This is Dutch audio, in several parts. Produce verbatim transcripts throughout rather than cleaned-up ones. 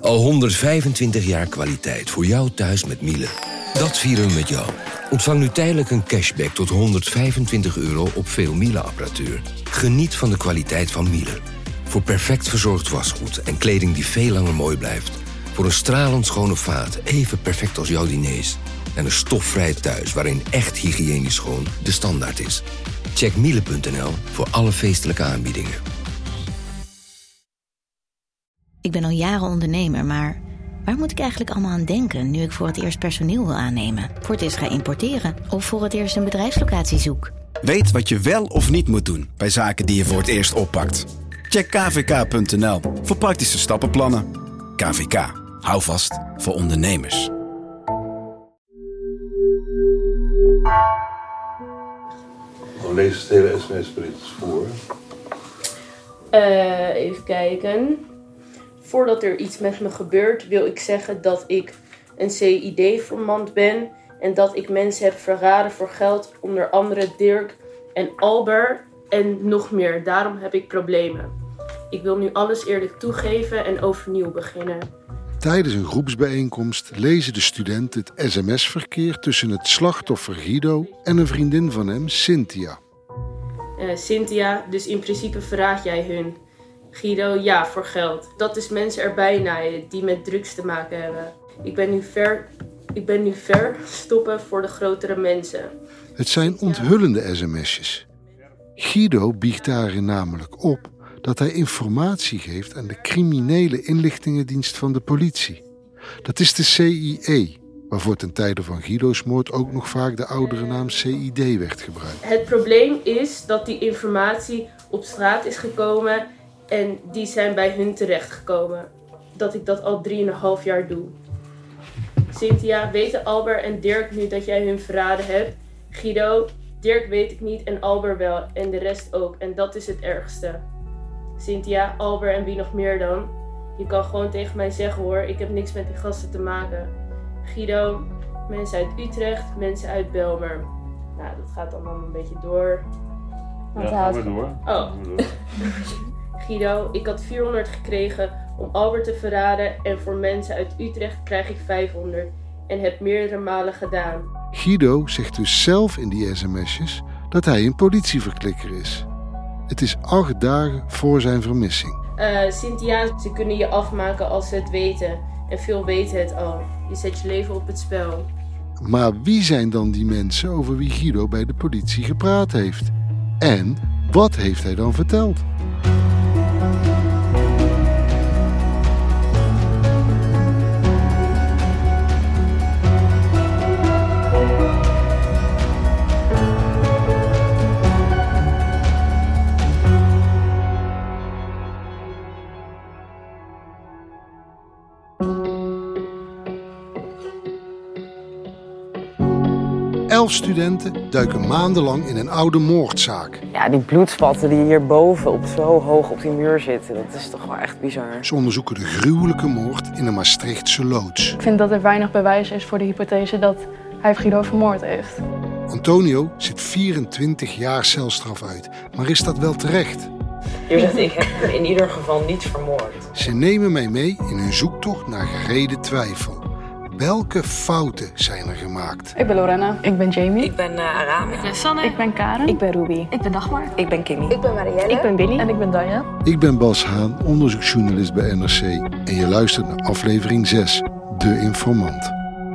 Al honderdvijfentwintig jaar kwaliteit voor jou thuis met Miele. Dat vieren we met jou. Ontvang nu tijdelijk een cashback tot honderdvijfentwintig euro op veel Miele-apparatuur. Geniet van de kwaliteit van Miele. Voor perfect verzorgd wasgoed en kleding die veel langer mooi blijft. Voor een stralend schone vaat, even perfect als jouw diners. En een stofvrij thuis waarin echt hygiënisch schoon de standaard is. Check miele punt n l voor alle feestelijke aanbiedingen. Ik ben al jaren ondernemer, maar waar moet ik eigenlijk allemaal aan denken nu ik voor het eerst personeel wil aannemen, voor het eerst ga importeren of voor het eerst een bedrijfslocatie zoek? Weet wat je wel of niet moet doen bij zaken die je voor het eerst oppakt. Check k v k punt n l voor praktische stappenplannen. K V K, hou vast voor ondernemers. Dan lees het hele S M S-bericht voor. Uh, even kijken. Voordat er iets met me gebeurt, wil ik zeggen dat ik een C I D-formant ben en dat ik mensen heb verraden voor geld, onder andere Dirk en Albert en nog meer. Daarom heb ik problemen. Ik wil nu alles eerlijk toegeven en overnieuw beginnen. Tijdens een groepsbijeenkomst lezen de studenten het S M S-verkeer tussen het slachtoffer Guido en een vriendin van hem, Cynthia. Uh, Cynthia, dus in principe verraad jij hun. Guido, ja, voor geld. Dat is mensen erbij naaien die met drugs te maken hebben. Ik ben nu ver, ik ben nu ver stoppen voor de grotere mensen. Het zijn onthullende sms'jes. Guido biecht daarin namelijk op dat hij informatie geeft aan de criminele inlichtingendienst van de politie. Dat is de C I E, waarvoor ten tijde van Guido's moord ook nog vaak de oudere naam C I D werd gebruikt. Het probleem is dat die informatie op straat is gekomen en die zijn bij hun terechtgekomen. Dat ik dat al drieënhalf jaar doe. Cynthia, weten Albert en Dirk nu dat jij hun verraden hebt? Guido, Dirk weet ik niet en Albert wel en de rest ook. En dat is het ergste. Cynthia, Albert en wie nog meer dan? Je kan gewoon tegen mij zeggen hoor, ik heb niks met die gasten te maken. Guido, mensen uit Utrecht, mensen uit Belmer. Nou, dat gaat dan dan een beetje door. Ja, gaan we door. Oh. Gaan we door. Guido, ik had vierhonderd gekregen om Albert te verraden en voor mensen uit Utrecht krijg ik vijfhonderd en heb meerdere malen gedaan. Guido zegt dus zelf in die sms'jes dat hij een politieverklikker is. Het is acht dagen voor zijn vermissing. Uh, Cynthia, ze kunnen je afmaken als ze het weten en veel weten het al. Je zet je leven op het spel. Maar wie zijn dan die mensen over wie Guido bij de politie gepraat heeft? En wat heeft hij dan verteld? Elf studenten duiken maandenlang in een oude moordzaak. Ja, die bloedspatten die hierboven op zo hoog op die muur zitten, dat is toch wel echt bizar. Ze onderzoeken de gruwelijke moord in een Maastrichtse loods. Ik vind dat er weinig bewijs is voor de hypothese dat hij Guido vermoord heeft. Antonio zit vierentwintig jaar celstraf uit, maar is dat wel terecht? Hier zegt ik heb hem in ieder geval niet vermoord. Ze nemen mij mee in hun zoektocht naar gereden twijfel. Welke fouten zijn er gemaakt? Ik ben Lorena. Ik ben Jamie. Ik ben uh, Arame. Ik ben Sanne. Ik ben Karen. Ik ben Ruby. Ik ben Dagmar. Ik ben Kimmy. Ik ben Marielle. Ik ben Billy. En ik ben Danja. Ik ben Bas Haan, onderzoeksjournalist bij N R C. En je luistert naar aflevering zes, De Informant.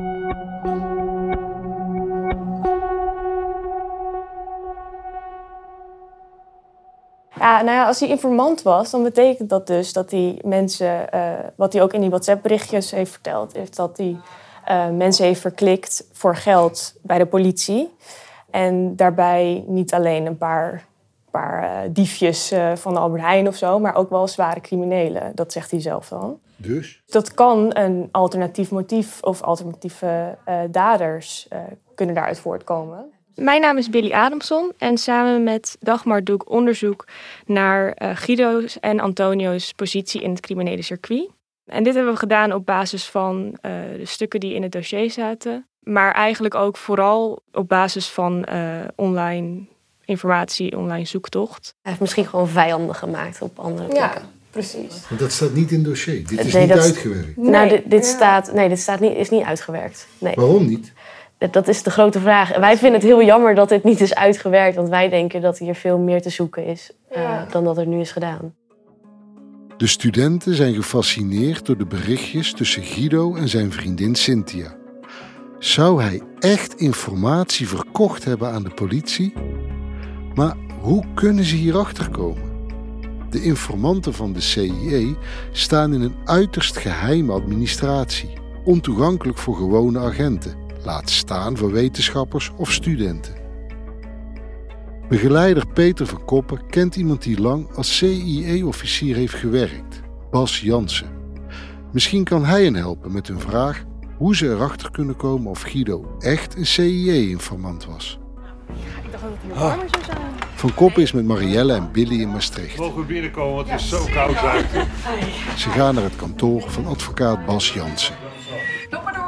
Ja, nou ja, als hij informant was, dan betekent dat dus dat hij mensen, uh, wat hij ook in die WhatsApp-berichtjes heeft verteld, is dat hij uh, mensen heeft verklikt voor geld bij de politie. En daarbij niet alleen een paar, paar uh, diefjes uh, van de Albert Heijn of zo, maar ook wel zware criminelen. Dat zegt hij zelf dan. Dus? Dat kan een alternatief motief of alternatieve uh, daders uh, kunnen daaruit voortkomen. Mijn naam is Billy Adamson en samen met Dagmar doe ik onderzoek naar uh, Guido's en Antonio's positie in het criminele circuit. En dit hebben we gedaan op basis van uh, de stukken die in het dossier zaten. Maar eigenlijk ook vooral op basis van uh, online informatie, online zoektocht. Hij heeft misschien gewoon vijanden gemaakt op andere plekken. Ja, Precies. Want dat staat niet in het dossier. Dit is nee, niet dat, uitgewerkt. Nee, nou, dit, dit, ja. staat, nee, dit staat niet, is niet uitgewerkt. Nee. Waarom niet? Dat is de grote vraag. En wij vinden het heel jammer dat dit niet is uitgewerkt. Want wij denken dat hier veel meer te zoeken is ja. uh, dan dat er nu is gedaan. De studenten zijn gefascineerd door de berichtjes tussen Guido en zijn vriendin Cynthia. Zou hij echt informatie verkocht hebben aan de politie? Maar hoe kunnen ze hierachter komen? De informanten van de C I E staan in een uiterst geheime administratie, ontoegankelijk voor gewone agenten, laat staan voor wetenschappers of studenten. Begeleider Peter van Koppen kent iemand die lang als C I E-officier heeft gewerkt, Bas Jansen. Misschien kan hij hen helpen met hun vraag hoe ze erachter kunnen komen of Guido echt een C I E-informant was. Ik dacht dat het hier warmer zou zijn. Van Koppen is met Marielle en Billy in Maastricht. Mogen we binnenkomen, want het is zo koud buiten. Ze gaan naar het kantoor van advocaat Bas Jansen. Loop maar door.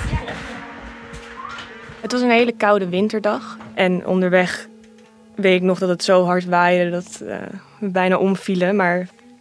Het was een hele koude winterdag. En onderweg weet ik nog dat het zo hard waaide dat uh, we bijna omvielen. Maar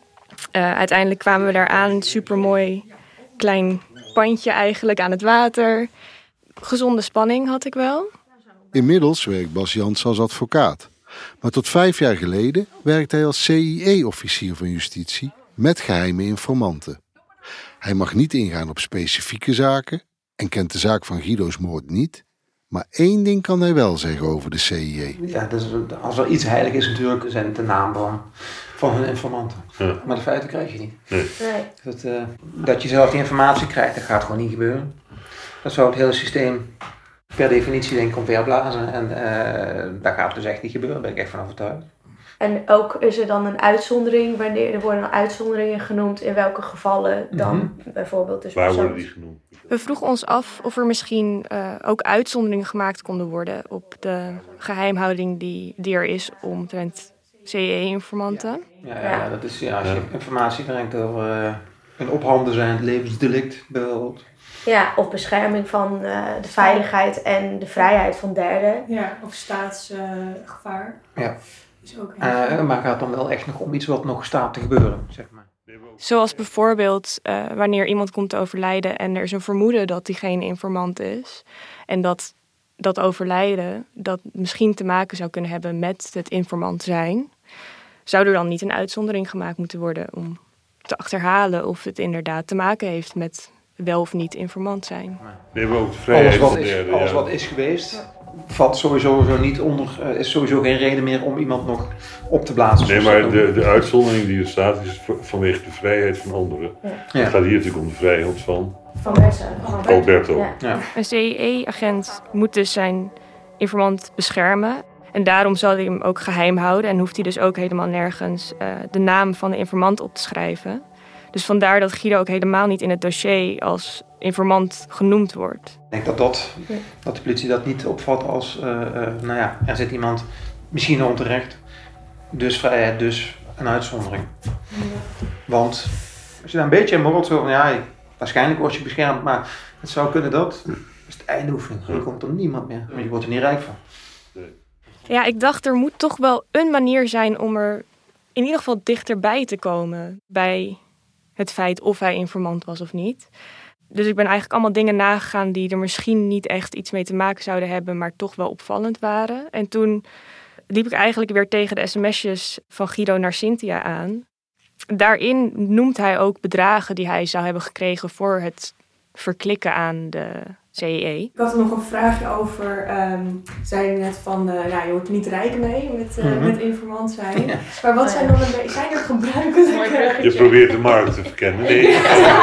uh, uiteindelijk kwamen we daar aan. Een supermooi klein pandje eigenlijk aan het water. Gezonde spanning had ik wel. Inmiddels werkt Bas Jansen als advocaat. Maar tot vijf jaar geleden werkte hij als C I E-officier van justitie met geheime informanten. Hij mag niet ingaan op specifieke zaken en kent de zaak van Guido's moord niet. Maar één ding kan hij wel zeggen over de C I E. Ja, dus als er iets heilig is natuurlijk, zijn het de naam van, van hun informanten. Ja. Maar de feiten krijg je niet. Nee. nee. Dat, uh, dat je zelf die informatie krijgt, dat gaat gewoon niet gebeuren. Dat zou het hele systeem per definitie denk ik omverblazen. En uh, dat gaat dus echt niet gebeuren, daar ben ik echt van overtuigd. En ook is er dan een uitzondering, wanneer er worden uitzonderingen genoemd, in welke gevallen dan mm-hmm. bijvoorbeeld... Dus waar worden die genoemd? We vroegen ons af of er misschien uh, ook uitzonderingen gemaakt konden worden op de geheimhouding die, die er is omtrent C I E-informanten. Ja, ja, ja, dat is ja, als je ja. informatie brengt over uh, een op handen zijnd levensdelict bijvoorbeeld. Ja, of bescherming van uh, de veiligheid en de vrijheid van derden. Ja, of staatsgevaar. Uh, ja. Is ook uh, maar het gaat dan wel echt nog om iets wat nog staat te gebeuren, zeg maar. Zoals bijvoorbeeld uh, wanneer iemand komt te overlijden en er is een vermoeden dat die geen informant is. En dat dat overlijden dat misschien te maken zou kunnen hebben met het informant zijn. Zou er dan niet een uitzondering gemaakt moeten worden om te achterhalen of het inderdaad te maken heeft met wel of niet informant zijn? We hebben ook de vrijheid alles wat van is, derde, alles ja. wat is geweest, valt sowieso zo niet onder, uh, is sowieso geen reden meer om iemand nog op te blazen. Nee, maar de, de uitzondering die er staat is vanwege de vrijheid van anderen. Ja. Het gaat hier natuurlijk om de vrijheid van Van Bersen. Alberto. Ja. Ja. Een C I E-agent moet dus zijn informant beschermen. En daarom zal hij hem ook geheim houden. En hoeft hij dus ook helemaal nergens uh, de naam van de informant op te schrijven. Dus vandaar dat Guido ook helemaal niet in het dossier als informant genoemd wordt. Ik denk dat, dat, dat de politie dat niet opvat als, uh, uh, nou ja, er zit iemand misschien onterecht. Dus vrijheid, dus een uitzondering. Ja. Want als je daar een beetje in morrelt, zo van ja, waarschijnlijk word je beschermd, maar het zou kunnen dat. Dat is het eindoefening. Dan komt er niemand meer, maar je wordt er niet rijk van. Ja, ik dacht er moet toch wel een manier zijn om er in ieder geval dichterbij te komen bij het feit of hij informant was of niet. Dus ik ben eigenlijk allemaal dingen nagegaan die er misschien niet echt iets mee te maken zouden hebben, maar toch wel opvallend waren. En toen liep ik eigenlijk weer tegen de sms'jes van Guido naar Cynthia aan. Daarin noemt hij ook bedragen die hij zou hebben gekregen voor het verklikken aan de C I E. Ik had er nog een vraagje over. Um, zei je net van, uh, nou, je wordt er niet rijk mee met, uh, mm-hmm. met informant zijn. Ja. Maar wat zijn dan een zijn er gebruikelijke... Je probeert de markt te verkennen. Nee.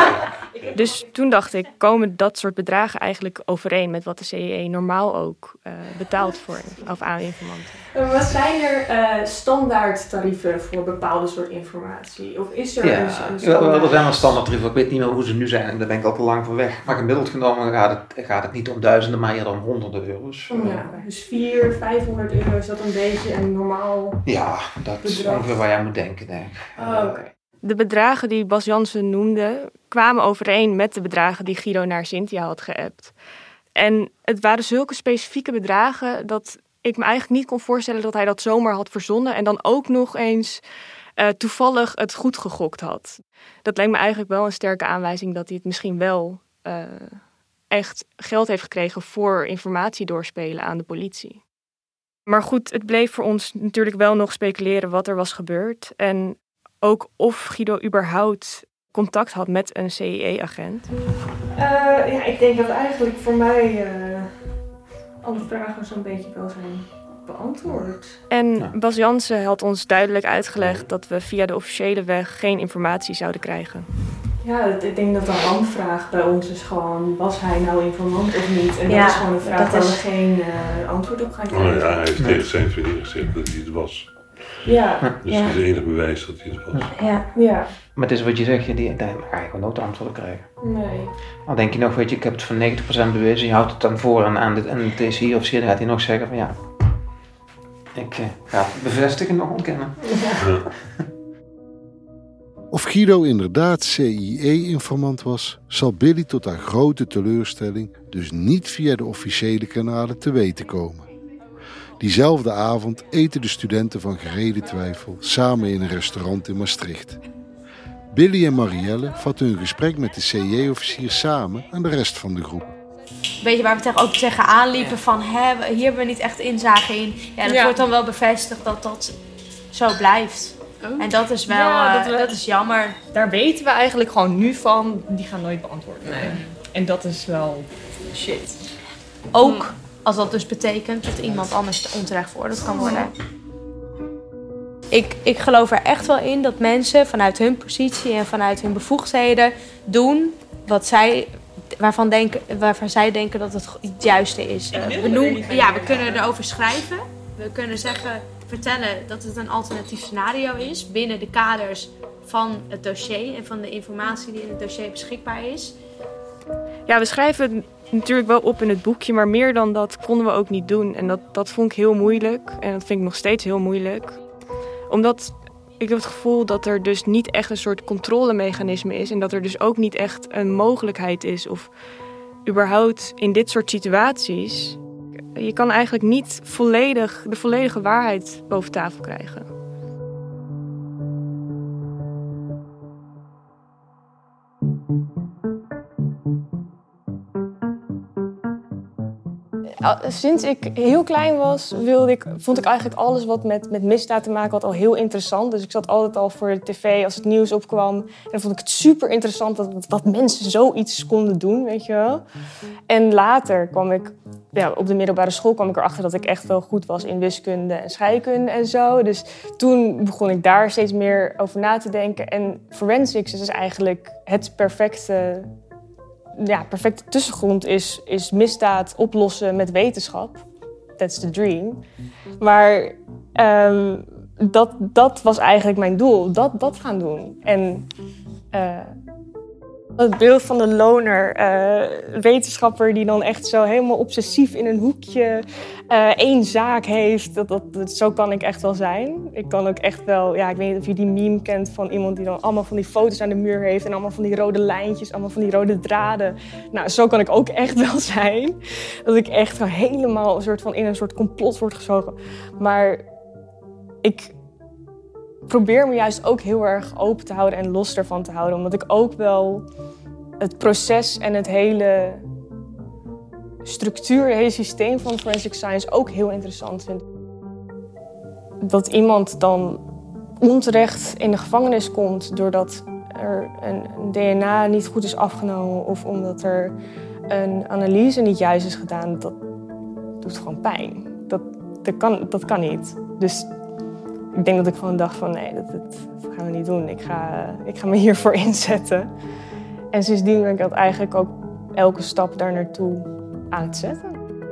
Dus toen dacht ik, komen dat soort bedragen eigenlijk overeen met wat de C I E normaal ook uh, betaalt voor of aan informanten? Uh, wat zijn er uh, standaard tarieven voor bepaalde soort informatie? Of is er ja, een, een standaard? Ja, er zijn wel standaard tarieven. Ik weet niet meer hoe ze nu zijn en daar ben ik al te lang voor weg. Maar gemiddeld genomen gaat het, gaat het niet om duizenden, maar eerder om honderden euro's. Ja, dus vierhonderd, vijfhonderd euro is dat een beetje een normaal Ja, dat is bedrag. Ongeveer waar jij moet denken, denk ik. Oh, oké. Okay. De bedragen die Bas Jansen noemde kwamen overeen met de bedragen die Guido naar Cynthia had geappt. En het waren zulke specifieke bedragen dat ik me eigenlijk niet kon voorstellen dat hij dat zomaar had verzonnen. En dan ook nog eens uh, toevallig het goed gegokt had. Dat lijkt me eigenlijk wel een sterke aanwijzing dat hij het misschien wel uh, echt geld heeft gekregen voor informatie doorspelen aan de politie. Maar goed, het bleef voor ons natuurlijk wel nog speculeren wat er was gebeurd. En ook of Guido überhaupt contact had met een C I E-agent. Uh, ja, ik denk dat eigenlijk voor mij uh, alle vragen zo'n beetje wel zijn beantwoord. En ja. Bas Jansen had ons duidelijk uitgelegd dat we via de officiële weg geen informatie zouden krijgen. Ja, ik denk dat de handvraag bij ons is gewoon, was hij nou informant of niet? En ja, dat is gewoon een vraag waar is... we geen uh, antwoord op gaan krijgen. Oh ja, hij heeft nee. tegen zijn vriendin gezegd dat hij het was. Ja. Dus ja. dat is het enige bewijs dat hij het was. Ja. ja. Maar het is wat je zegt, die, daar ga je gewoon nooit antwoord krijgen. Nee. Dan denk je nog, weet je, ik heb het voor negentig procent bewezen, je houdt het dan voor en aan en het is hier officieel, dan gaat hij nog zeggen van ja, ik uh, ga het bevestigen nog ontkennen. Ja. Ja. Of Guido inderdaad C I E-informant was, zal Billy tot haar grote teleurstelling dus niet via de officiële kanalen te weten komen. Diezelfde avond eten de studenten van Gereden Twijfel samen in een restaurant in Maastricht. Billy en Marielle vatten hun gesprek met de C I E-officier samen aan de rest van de groep. Weet je, waar we tegen, ook tegenaan liepen van, hè, hier hebben we niet echt inzage in. Ja, dat ja. wordt dan wel bevestigd dat dat zo blijft. Oh. En dat is wel, ja, dat, we, uh, dat is jammer. Daar weten we eigenlijk gewoon nu van, die gaan nooit beantwoord worden. Nee. En dat is wel shit. Ook hm. als dat dus betekent dat iemand anders onterecht veroordeeld kan worden. Ik, ik geloof er echt wel in dat mensen vanuit hun positie en vanuit hun bevoegdheden doen wat zij, waarvan, denken, waarvan zij denken dat het het juiste is. Uh, we, noemen, ja, we kunnen erover schrijven. We kunnen zeggen, vertellen dat het een alternatief scenario is binnen de kaders van het dossier en van de informatie die in het dossier beschikbaar is. Ja, we schrijven het natuurlijk wel op in het boekje, maar meer dan dat konden we ook niet doen. En dat, dat vond ik heel moeilijk en dat vind ik nog steeds heel moeilijk. Omdat ik heb het gevoel dat er dus niet echt een soort controlemechanisme is en dat er dus ook niet echt een mogelijkheid is of überhaupt in dit soort situaties. Je kan eigenlijk niet volledig, de volledige waarheid boven tafel krijgen. Sinds ik heel klein was, wilde ik, vond ik eigenlijk alles wat met, met misdaad te maken had al heel interessant. Dus ik zat altijd al voor de tv als het nieuws opkwam. En dan vond ik het super interessant dat, dat mensen zoiets konden doen, weet je wel. En later kwam ik, ja, op de middelbare school kwam ik erachter dat ik echt wel goed was in wiskunde en scheikunde en zo. Dus toen begon ik daar steeds meer over na te denken. En forensics is dus eigenlijk het perfecte... Ja, perfecte tussengrond is, is misdaad oplossen met wetenschap. That's the dream. Maar um, dat, dat was eigenlijk mijn doel. Dat, dat gaan doen. En uh, het beeld van de loner, uh, wetenschapper die dan echt zo helemaal obsessief in een hoekje uh, één zaak heeft. Dat, dat, dat, zo kan ik echt wel zijn. Ik kan ook echt wel, ja, ik weet niet of je die meme kent van iemand die dan allemaal van die foto's aan de muur heeft en allemaal van die rode lijntjes, allemaal van die rode draden. Nou, zo kan ik ook echt wel zijn. Dat ik echt helemaal een soort van in een soort complot word gezogen. Maar ik probeer me juist ook heel erg open te houden en los ervan te houden. Omdat ik ook wel het proces en het hele structuur, het hele systeem van forensic science ook heel interessant vind. Dat iemand dan onterecht in de gevangenis komt doordat er een D N A niet goed is afgenomen of omdat er een analyse niet juist is gedaan, dat doet gewoon pijn. Dat, dat, kan, dat kan niet. Dus ik denk dat ik gewoon dacht van nee, dat, dat, dat gaan we niet doen. Ik ga, ik ga me hiervoor inzetten. En sindsdien ben ik dat eigenlijk ook elke stap daar naartoe aan het zetten.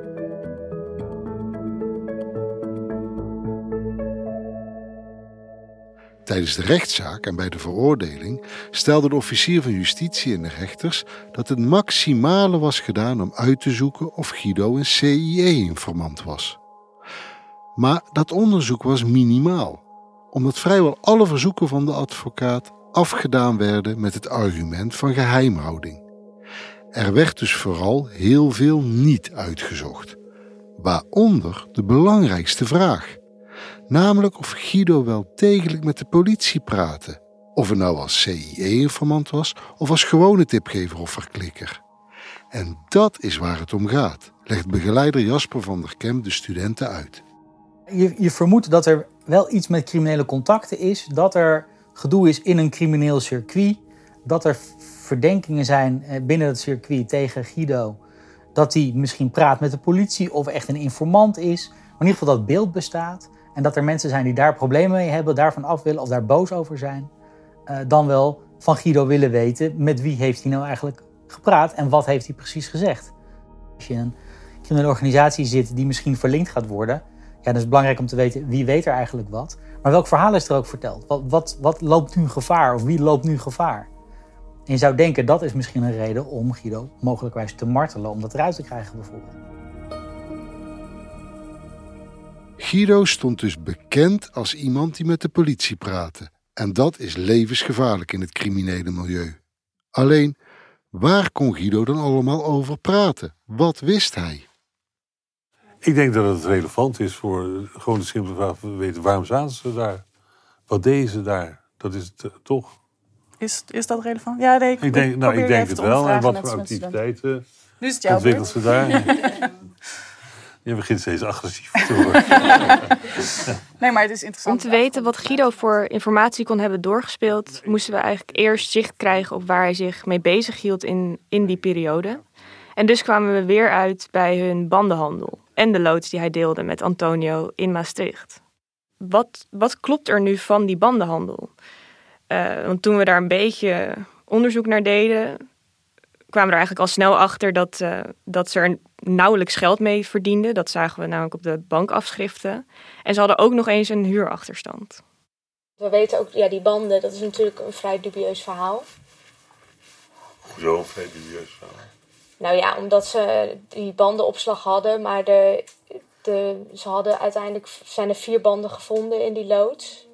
Tijdens de rechtszaak en bij de veroordeling stelde de officier van justitie en de rechters dat het maximale was gedaan om uit te zoeken of Guido een C I E-informant was. Maar dat onderzoek was minimaal, omdat vrijwel alle verzoeken van de advocaat afgedaan werden met het argument van geheimhouding. Er werd dus vooral heel veel niet uitgezocht, waaronder de belangrijkste vraag. Namelijk of Guido wel degelijk met de politie praatte. Of het nou als C I E-informant was of als gewone tipgever of verklikker. En dat is waar het om gaat, legt begeleider Jasper van der Kemp de studenten uit. Je, je vermoedt dat er wel iets met criminele contacten is, dat er gedoe is in een crimineel circuit, dat er verdenkingen zijn binnen het circuit tegen Guido, dat hij misschien praat met de politie of echt een informant is, maar in ieder geval dat beeld bestaat en dat er mensen zijn die daar problemen mee hebben, daarvan af willen of daar boos over zijn, uh, dan wel van Guido willen weten met wie heeft hij nou eigenlijk gepraat en wat heeft hij precies gezegd. Als je in een criminele organisatie zit die misschien verlinkt gaat worden, ja, dan is het belangrijk om te weten wie weet er eigenlijk wat. Maar welk verhaal is er ook verteld? Wat, wat, wat loopt nu gevaar of wie loopt nu gevaar? En je zou denken dat is misschien een reden om Guido mogelijkwijs te martelen om dat eruit te krijgen bijvoorbeeld. Guido stond dus bekend als iemand die met de politie praatte. En dat is levensgevaarlijk in het criminele milieu. Alleen, waar kon Guido dan allemaal over praten? Wat wist hij? Ik denk dat het relevant is voor gewoon de simpele vraag te weten, waarom zaten ze daar? Wat deden ze daar? Dat is het uh, toch? Is, is dat relevant? Ja, nee, ik, ik denk, nou, ik denk het wel. En wat voor activiteiten ontwikkelt ze daar? Je begint steeds agressief te worden. Nee, maar het is interessant. Om te weten wat Guido voor informatie kon hebben doorgespeeld, moesten we eigenlijk eerst zicht krijgen op waar hij zich mee bezig hield in, in die periode. En dus kwamen we weer uit bij hun bandenhandel en de loods die hij deelde met Antonio in Maastricht. Wat, wat klopt er nu van die bandenhandel? Uh, want toen we daar een beetje onderzoek naar deden, kwamen we er eigenlijk al snel achter dat, uh, dat ze er nauwelijks geld mee verdienden. Dat zagen we namelijk op de bankafschriften. En ze hadden ook nog eens een huurachterstand. We weten ook, ja, die banden, dat is natuurlijk een vrij dubieus verhaal. Hoezo een vrij dubieus verhaal? Nou ja, omdat ze die bandenopslag hadden, maar de, de, ze hadden uiteindelijk zijn er vier banden gevonden in die loods.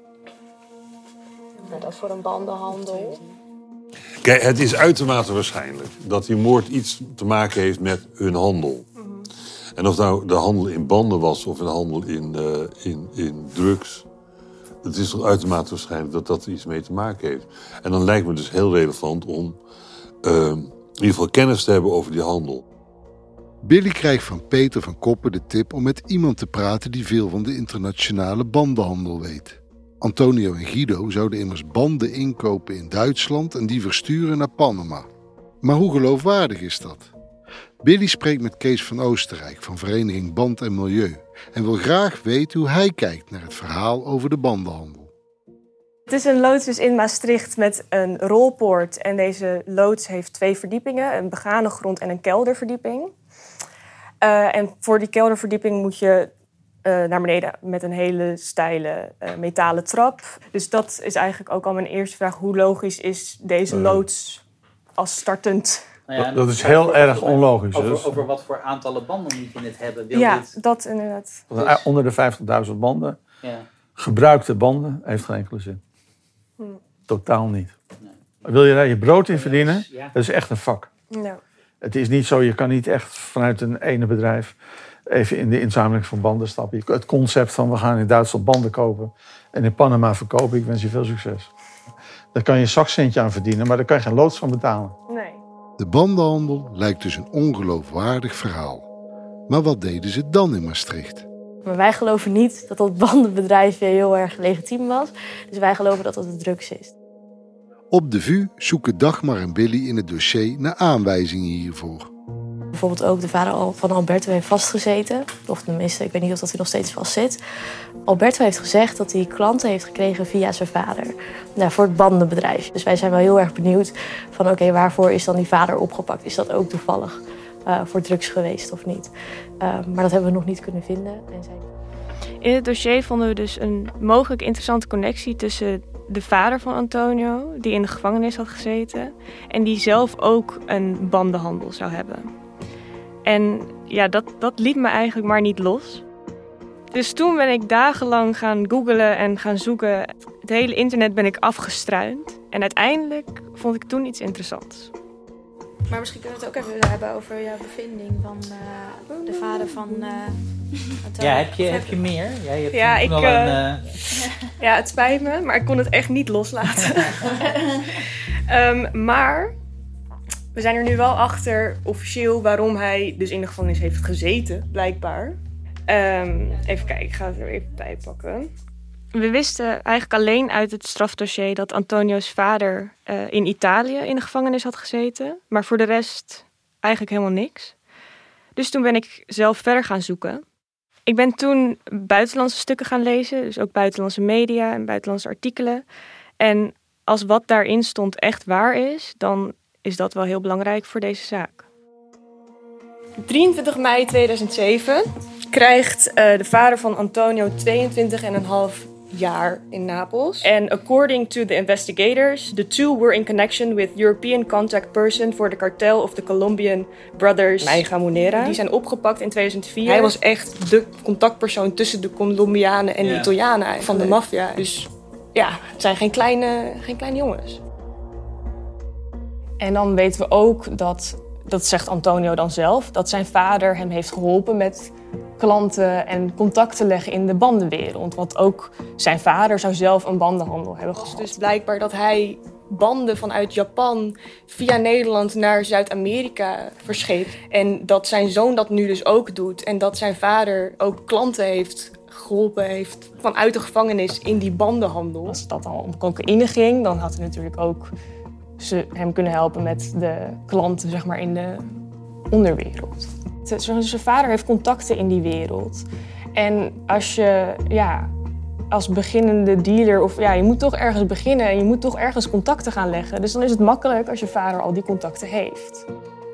Nou, dat voor een bandenhandel. Kijk, het is uitermate waarschijnlijk dat die moord iets te maken heeft met hun handel. Mm-hmm. En of nou de handel in banden was of een handel in, uh, in, in drugs, het is toch uitermate waarschijnlijk dat dat er iets mee te maken heeft. En dan lijkt me dus heel relevant om uh, in ieder geval kennis te hebben over die handel. Billy krijgt van Peter van Koppen de tip om met iemand te praten die veel van de internationale bandenhandel weet. Antonio en Guido zouden immers banden inkopen in Duitsland en die versturen naar Panama. Maar hoe geloofwaardig is dat? Billy spreekt met Kees van Oostenrijk van vereniging Band en Milieu en wil graag weten hoe hij kijkt naar het verhaal over de bandenhandel. Het is een loods dus in Maastricht met een rolpoort en deze loods heeft twee verdiepingen, een begane grond en een kelderverdieping. Uh, en voor die kelderverdieping moet je Uh, naar beneden met een hele steile uh, metalen trap. Dus dat is eigenlijk ook al mijn eerste vraag. Hoe logisch is deze loods als startend? Nou ja, dat is heel erg onlogisch. Over, dus. over wat voor aantallen banden moet je het hebben? Wil ja, dit... dat inderdaad. Dus. Onder de vijftigduizend banden. Ja. Gebruikte banden heeft geen enkele zin. Hm. Totaal niet. Nee. Wil je daar je brood in verdienen? Ja. Dat is echt een vak. Ja. Het is niet zo, je kan niet echt vanuit een ene bedrijf even in de inzameling van banden stappen. Het concept van we gaan in Duitsland banden kopen en in Panama verkopen, ik wens je veel succes. Daar kan je een zakcentje aan verdienen, maar daar kan je geen loods van betalen. Nee. De bandenhandel lijkt dus een ongeloofwaardig verhaal. Maar wat deden ze dan in Maastricht? Maar wij geloven niet dat dat bandenbedrijf heel erg legitiem was. Dus wij geloven dat dat de drugs is. Op de V U zoeken Dagmar en Billy in het dossier naar aanwijzingen hiervoor. Bijvoorbeeld ook de vader van Alberto heeft vastgezeten. Of tenminste, ik weet niet of dat hij nog steeds vastzit. Alberto heeft gezegd dat hij klanten heeft gekregen via zijn vader. Nou, voor het bandenbedrijf. Dus wij zijn wel heel erg benieuwd van oké, okay, waarvoor is dan die vader opgepakt? Is dat ook toevallig uh, voor drugs geweest of niet? Uh, maar dat hebben we nog niet kunnen vinden. En zijn... In het dossier vonden we dus een mogelijk interessante connectie tussen de vader van Antonio, die in de gevangenis had gezeten, en die zelf ook een bandenhandel zou hebben. En ja, dat, dat liet me eigenlijk maar niet los. Dus toen ben ik dagenlang gaan googlen en gaan zoeken. Het hele internet ben ik afgestruind. En uiteindelijk vond ik toen iets interessants. Maar misschien kunnen we het ook even hebben over jouw bevinding van uh, de vader van uh, Antonio. Ja, heb je, heb je meer? Ja, je hebt ja, ik, al uh, een, uh... ja, het spijt me, maar ik kon het echt niet loslaten. um, maar we zijn er nu wel achter, officieel, waarom hij dus in de gevangenis heeft gezeten, blijkbaar. Um, even kijken, ik ga het er even bij pakken. We wisten eigenlijk alleen uit het strafdossier dat Antonio's vader uh, in Italië in de gevangenis had gezeten. Maar voor de rest eigenlijk helemaal niks. Dus toen ben ik zelf verder gaan zoeken. Ik ben toen buitenlandse stukken gaan lezen. Dus ook buitenlandse media en buitenlandse artikelen. En als wat daarin stond echt waar is, dan is dat wel heel belangrijk voor deze zaak. drieëntwintig mei tweeduizend zeven krijgt uh, de vader van Antonio tweeëntwintig komma vijf jaar in Napels. En according to the investigators, the two were in connection with European contact person for the cartel of the Colombian brothers Maiga Monera. Die zijn opgepakt in tweeduizend vier. Hij was echt de contactpersoon tussen de Colombianen en de yeah. Italianen van de maffia. Dus ja, het zijn geen kleine, geen kleine jongens. En dan weten we ook dat, dat zegt Antonio dan zelf, dat zijn vader hem heeft geholpen met klanten en contacten leggen in de bandenwereld. Want ook zijn vader zou zelf een bandenhandel hebben gehad. Dus blijkbaar dat hij banden vanuit Japan via Nederland naar Zuid-Amerika verscheept. En dat zijn zoon dat nu dus ook doet. En dat zijn vader ook klanten heeft geholpen heeft vanuit de gevangenis in die bandenhandel. Als dat al om cocaïne ging, dan had hij natuurlijk ook ze hem kunnen helpen met de klanten, zeg maar, in de onderwereld. Zijn vader heeft contacten in die wereld. En als je, ja, als beginnende dealer, of ja, je moet toch ergens beginnen en je moet toch ergens contacten gaan leggen. Dus dan is het makkelijk als je vader al die contacten heeft.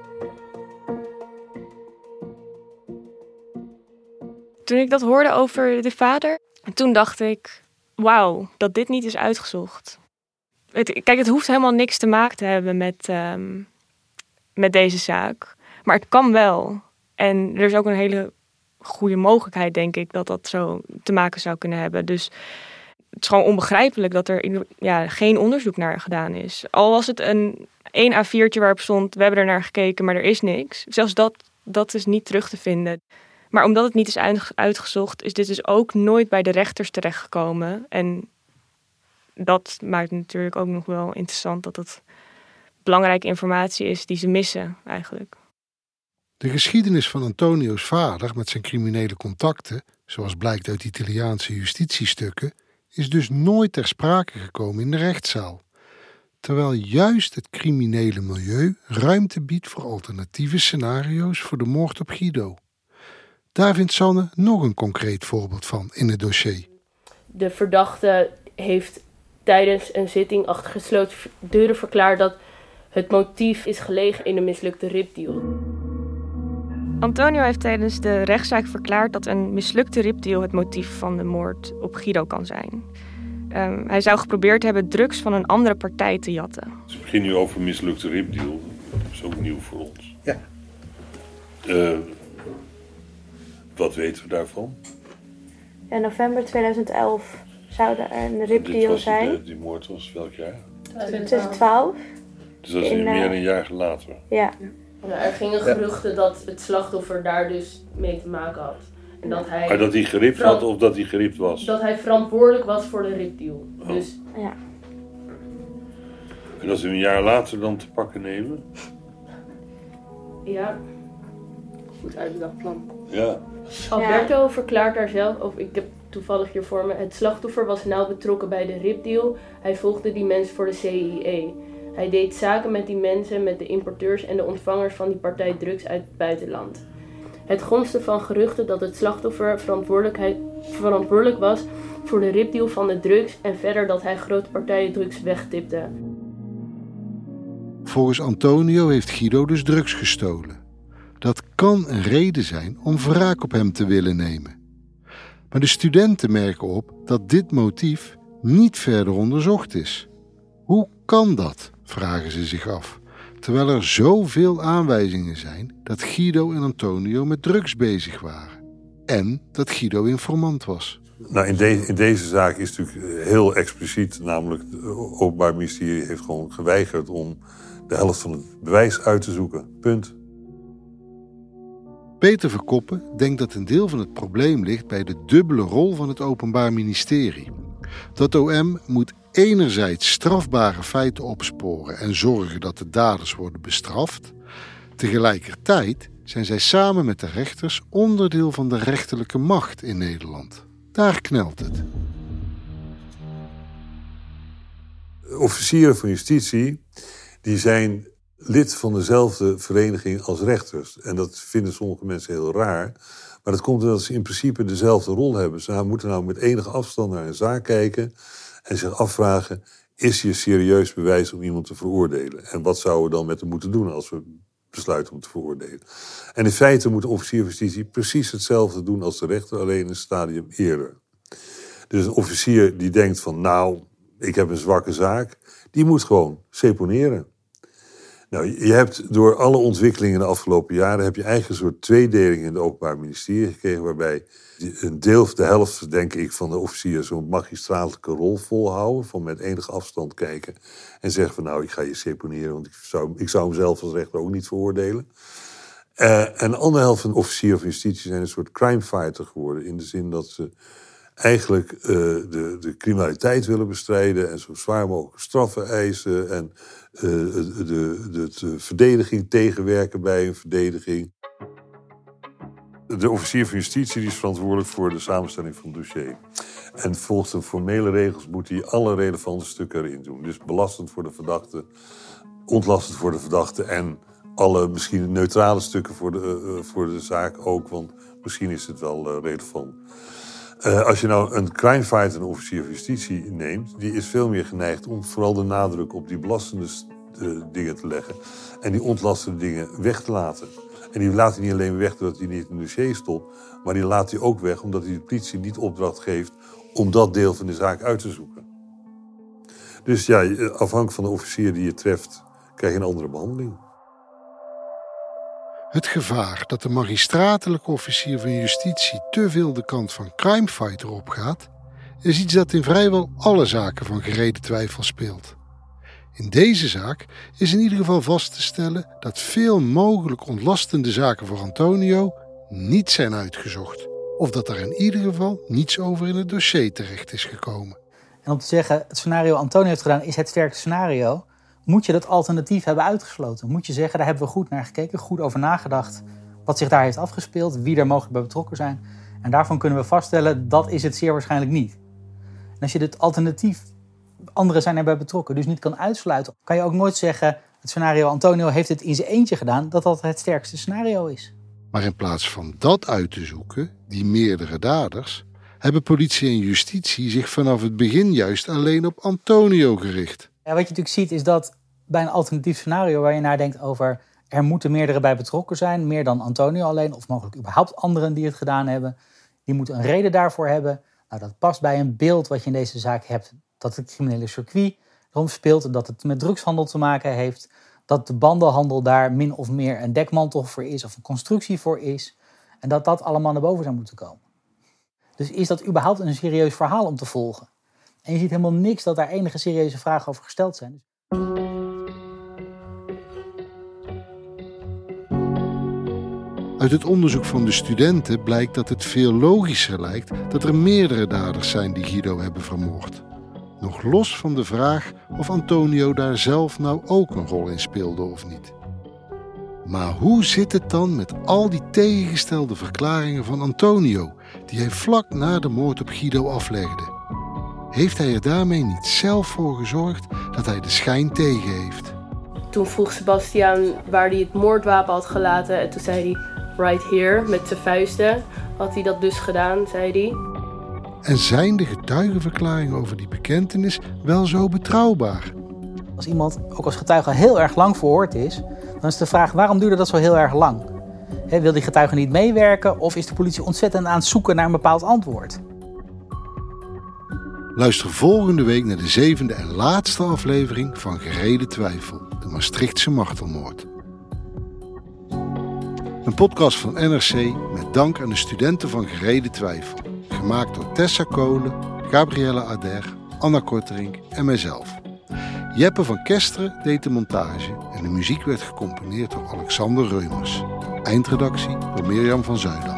Toen ik dat hoorde over de vader, toen dacht ik, wauw, dat dit niet is uitgezocht. Het, kijk, het hoeft helemaal niks te maken te hebben met, um, met deze zaak. Maar het kan wel. En er is ook een hele goede mogelijkheid, denk ik, dat dat zo te maken zou kunnen hebben. Dus het is gewoon onbegrijpelijk dat er ja, geen onderzoek naar gedaan is. Al was het een één A viertje waarop stond, we hebben er naar gekeken, maar er is niks. Zelfs dat, dat is niet terug te vinden. Maar omdat het niet is uitgezocht, is dit dus ook nooit bij de rechters terechtgekomen. En dat maakt het natuurlijk ook nog wel interessant dat het belangrijke informatie is die ze missen eigenlijk. De geschiedenis van Antonio's vader met zijn criminele contacten, zoals blijkt uit Italiaanse justitiestukken, is dus nooit ter sprake gekomen in de rechtszaal. Terwijl juist het criminele milieu ruimte biedt voor alternatieve scenario's voor de moord op Guido. Daar vindt Sanne nog een concreet voorbeeld van in het dossier. De verdachte heeft tijdens een zitting achter gesloten deuren verklaard dat het motief is gelegen in een mislukte ripdeal. Antonio heeft tijdens de rechtszaak verklaard dat een mislukte ripdeal het motief van de moord op Guido kan zijn. Um, hij zou geprobeerd hebben drugs van een andere partij te jatten. Ze beginnen nu over een mislukte ripdeal. Dat is ook nieuw voor ons. Ja. Uh, wat weten we daarvan? In november tweeduizend elf zou er een ripdeal zijn. Die, die moord was welk jaar? tweeduizend twaalf. Dus dat is nu meer dan een jaar later. Ja. Ja, er gingen geruchten dat het slachtoffer daar dus mee te maken had. En dat hij maar dat hij geript verant- had of dat hij geript was? Dat hij verantwoordelijk was voor de ripdeal. Oh. Dus, ja. En als we een jaar later dan te pakken nemen? Ja, goed uitbedacht plan. Ja. Alberto ja. verklaart daar zelf, of ik heb toevallig hier voor me, het slachtoffer was nauw betrokken bij de ripdeal. Hij volgde die mensen voor de C I E. Hij deed zaken met die mensen, met de importeurs en de ontvangers van die partij drugs uit het buitenland. Het gonste van geruchten dat het slachtoffer verantwoordelijk was voor de ripdeal van de drugs en verder dat hij grote partijen drugs wegtipte. Volgens Antonio heeft Guido dus drugs gestolen. Dat kan een reden zijn om wraak op hem te willen nemen. Maar de studenten merken op dat dit motief niet verder onderzocht is. Hoe kan dat, vragen ze zich af, terwijl er zoveel aanwijzingen zijn dat Guido en Antonio met drugs bezig waren. En dat Guido informant was. Nou, in, de, in deze zaak is het natuurlijk heel expliciet, namelijk het Openbaar Ministerie heeft gewoon geweigerd om de helft van het bewijs uit te zoeken. Punt. Peter Verkoppen denkt dat een deel van het probleem ligt bij de dubbele rol van het Openbaar Ministerie. Dat O M moet enerzijds strafbare feiten opsporen en zorgen dat de daders worden bestraft. Tegelijkertijd zijn zij samen met de rechters onderdeel van de rechterlijke macht in Nederland. Daar knelt het. Officieren van justitie die zijn lid van dezelfde vereniging als rechters. En dat vinden sommige mensen heel raar. Maar dat komt omdat ze in principe dezelfde rol hebben. Ze moeten nou met enige afstand naar een zaak kijken en zich afvragen: is hier serieus bewijs om iemand te veroordelen? En wat zouden we dan met hem moeten doen als we besluiten om te veroordelen? En in feite moet de officier van justitie precies hetzelfde doen als de rechter, alleen een stadium eerder. Dus een officier die denkt van, nou, ik heb een zwakke zaak, die moet gewoon seponeren. Nou, je hebt door alle ontwikkelingen de afgelopen jaren heb je eigenlijk een soort tweedeling in het Openbaar Ministerie gekregen, waarbij een deel, de helft, denk ik, van de officieren zo'n magistraattelijke rol volhouden, van met enige afstand kijken en zeggen van, nou, ik ga je seponeren, want ik zou, ik zou hem zelf als rechter ook niet veroordelen. Uh, en de andere helft van de officieren van justitie zijn een soort crime fighter geworden, in de zin dat ze eigenlijk uh, de, de criminaliteit willen bestrijden en zo zwaar mogelijk straffen eisen en uh, de, de, de, de verdediging tegenwerken bij een verdediging. De officier van justitie die is verantwoordelijk voor de samenstelling van het dossier. En volgens de formele regels moet hij alle relevante stukken erin doen. Dus belastend voor de verdachte, ontlastend voor de verdachte en alle misschien neutrale stukken voor de, uh, voor de zaak ook, want misschien is het wel uh, relevant. Uh, als je nou een crime fighter, een officier van justitie neemt, die is veel meer geneigd om vooral de nadruk op die belastende uh, dingen te leggen en die ontlastende dingen weg te laten. En die laat hij niet alleen weg doordat hij niet in het dossier stopt, maar die laat hij ook weg omdat hij de politie niet opdracht geeft om dat deel van de zaak uit te zoeken. Dus ja, afhankelijk van de officier die je treft, krijg je een andere behandeling. Het gevaar dat de magistratelijke officier van justitie te veel de kant van crimefighter opgaat, is iets dat in vrijwel alle zaken van gereden twijfel speelt. In deze zaak is in ieder geval vast te stellen dat veel mogelijk ontlastende zaken voor Antonio niet zijn uitgezocht. Of dat er in ieder geval niets over in het dossier terecht is gekomen. En om te zeggen, het scenario Antonio heeft gedaan is het sterkste scenario, moet je dat alternatief hebben uitgesloten. Moet je zeggen, daar hebben we goed naar gekeken, goed over nagedacht wat zich daar heeft afgespeeld, wie er mogelijk bij betrokken zijn. En daarvan kunnen we vaststellen, dat is het zeer waarschijnlijk niet. En als je het alternatief, anderen zijn erbij betrokken, dus niet kan uitsluiten, kan je ook nooit zeggen, het scenario Antonio heeft het in zijn eentje gedaan, dat dat het sterkste scenario is. Maar in plaats van dat uit te zoeken, die meerdere daders, hebben politie en justitie zich vanaf het begin juist alleen op Antonio gericht. Ja, wat je natuurlijk ziet is dat bij een alternatief scenario waar je naar denkt over er moeten meerdere bij betrokken zijn, meer dan Antonio alleen, of mogelijk überhaupt anderen die het gedaan hebben, die moeten een reden daarvoor hebben. Nou, dat past bij een beeld wat je in deze zaak hebt, dat het criminele circuit erom speelt, dat het met drugshandel te maken heeft, dat de bandenhandel daar min of meer een dekmantel voor is of een constructie voor is en dat dat allemaal naar boven zou moeten komen. Dus is dat überhaupt een serieus verhaal om te volgen? En je ziet helemaal niks dat daar enige serieuze vragen over gesteld zijn. Uit het onderzoek van de studenten blijkt dat het veel logischer lijkt dat er meerdere daders zijn die Guido hebben vermoord. Nog los van de vraag of Antonio daar zelf nou ook een rol in speelde of niet. Maar hoe zit het dan met al die tegengestelde verklaringen van Antonio, die hij vlak na de moord op Guido aflegde? Heeft hij er daarmee niet zelf voor gezorgd dat hij de schijn tegen heeft? Toen vroeg Sebastiaan waar hij het moordwapen had gelaten en toen zei hij right here met zijn vuisten. Had hij dat dus gedaan, zei hij. En zijn de getuigenverklaringen over die bekentenis wel zo betrouwbaar? Als iemand ook als getuige heel erg lang verhoord is, dan is de vraag waarom duurde dat zo heel erg lang? He, wil die getuige niet meewerken of is de politie ontzettend aan het zoeken naar een bepaald antwoord? Luister volgende week naar de zevende en laatste aflevering van Gereden Twijfel, de Maastrichtse martelmoord. Een podcast van N R C met dank aan de studenten van Gereden Twijfel. Gemaakt door Tessa Kolen, Gabrielle Ader, Anna Korterink en mijzelf. Jeppe van Kesteren deed de montage en de muziek werd gecomponeerd door Alexander Reumers. Eindredactie door Mirjam van Zuidam.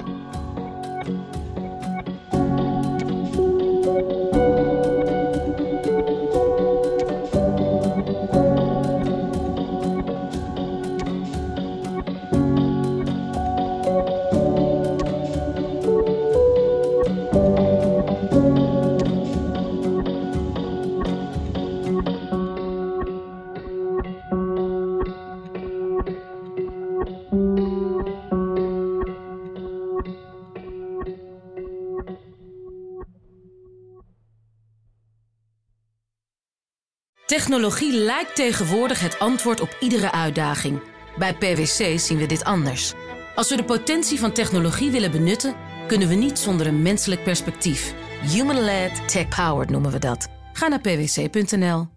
Technologie lijkt tegenwoordig het antwoord op iedere uitdaging. Bij P W C zien we dit anders. Als we de potentie van technologie willen benutten, kunnen we niet zonder een menselijk perspectief. Human-led, tech-powered noemen we dat. Ga naar p w c punt n l.